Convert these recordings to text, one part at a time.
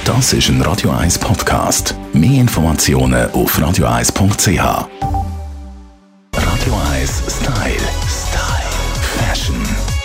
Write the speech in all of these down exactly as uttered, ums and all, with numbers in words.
Das ist ein Radio eins Podcast. Mehr Informationen auf radio eins punkt c h. Radio eins Style. Style. Fashion.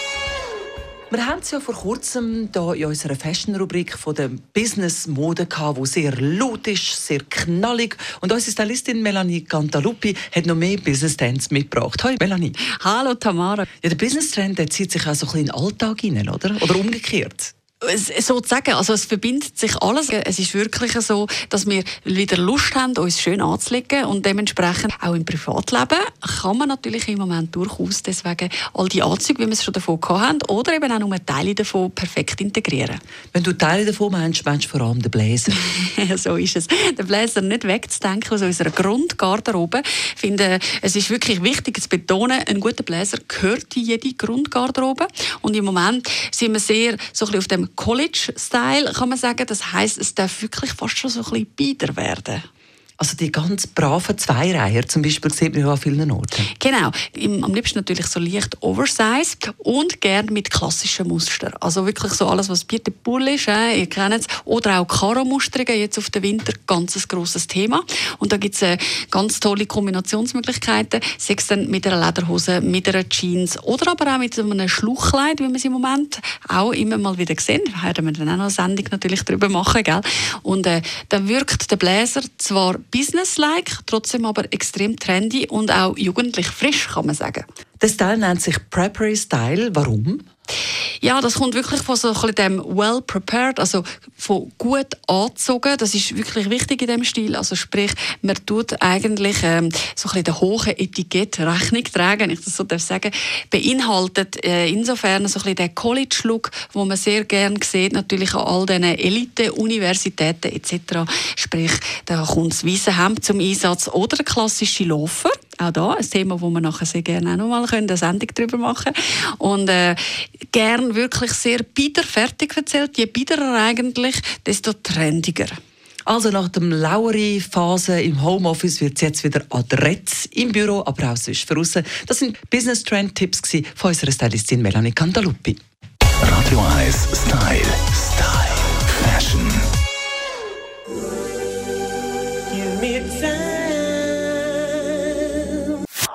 Wir haben es ja vor kurzem hier in unserer Fashion-Rubrik von der Business-Mode gehabt, die sehr laut ist, sehr knallig. Und unsere Stylistin Melanie Cantaluppi hat noch mehr Business-Trends mitgebracht. Hallo Melanie. Hallo Tamara. Ja, der Business-Trend der zieht sich auch so ein bisschen in den Alltag hinein, oder? Oder umgekehrt? Sozusagen, also es verbindet sich alles. Es ist wirklich so, dass wir wieder Lust haben, uns schön anzulegen und dementsprechend auch im Privatleben kann man natürlich im Moment durchaus deswegen all die Anzüge, wie wir es schon davon hatten, oder eben auch nur Teile davon perfekt integrieren. Wenn du Teile davon meinst, meinst du vor allem den Bläser? So ist es. Den Bläser nicht wegzudenken aus unserer Grundgarderobe. Ich finde, es ist wirklich wichtig zu betonen, ein guter Bläser gehört in jede Grundgarderobe. Und im Moment sind wir sehr so ein bisschen auf dem College-Style, kann man sagen. Das heisst, es darf wirklich fast schon so ein bisschen bieder werden. Also die ganz braven Zweireiher zum Beispiel sieht man ja an vielen Orten. Genau. Am liebsten natürlich so leicht oversized und gerne mit klassischen Mustern. Also wirklich so alles, was Pied de Poule ist, äh, ihr kennt es. Oder auch Karo-Musterungen, jetzt auf den Winter, ganz ein grosses Thema. Und da gibt es äh, ganz tolle Kombinationsmöglichkeiten. Sei es dann mit einer Lederhose, mit einer Jeans oder aber auch mit so einem Schluchkleid, wie wir es im Moment auch immer mal wieder sehen. Da werden wir dann auch noch eine Sendung natürlich darüber machen, gell? Und äh, dann wirkt der Bläser zwar businesslike, trotzdem aber extrem trendy und auch jugendlich frisch, kann man sagen. Der Style nennt sich Preppery Style. Warum? Ja, das kommt wirklich von so ein bisschen dem well prepared, also von gut angezogen. Das ist wirklich wichtig in diesem Stil. Also sprich, man tut eigentlich ähm, so ein bisschen den hohen Etikett Rechnung tragen, wenn ich das so darf sagen, beinhaltet äh, insofern so ein bisschen den College-Look, wo man sehr gerne sieht, natürlich an all diesen Elite-Universitäten et cetera. Sprich, da kommt das weisse Hemd zum Einsatz oder der klassische Loafer. Auch da ein Thema, wo wir nachher sehr gerne auch noch mal eine Sendung darüber machen können. Und äh, gern wirklich sehr bieder fertig erzählt. Je biederer eigentlich, desto trendiger. Also nach der Lauri-Phase im Homeoffice wird es jetzt wieder adrett im Büro, aber auch sonst für aussen. Das sind Business-Trend-Tipps von unserer Stylistin Melanie Cantaluppi. Radio eins Style. Style. Fashion.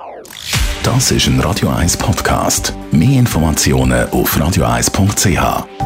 Das ist ein Radio eins Podcast. Mehr Informationen auf radio eins punkt c h.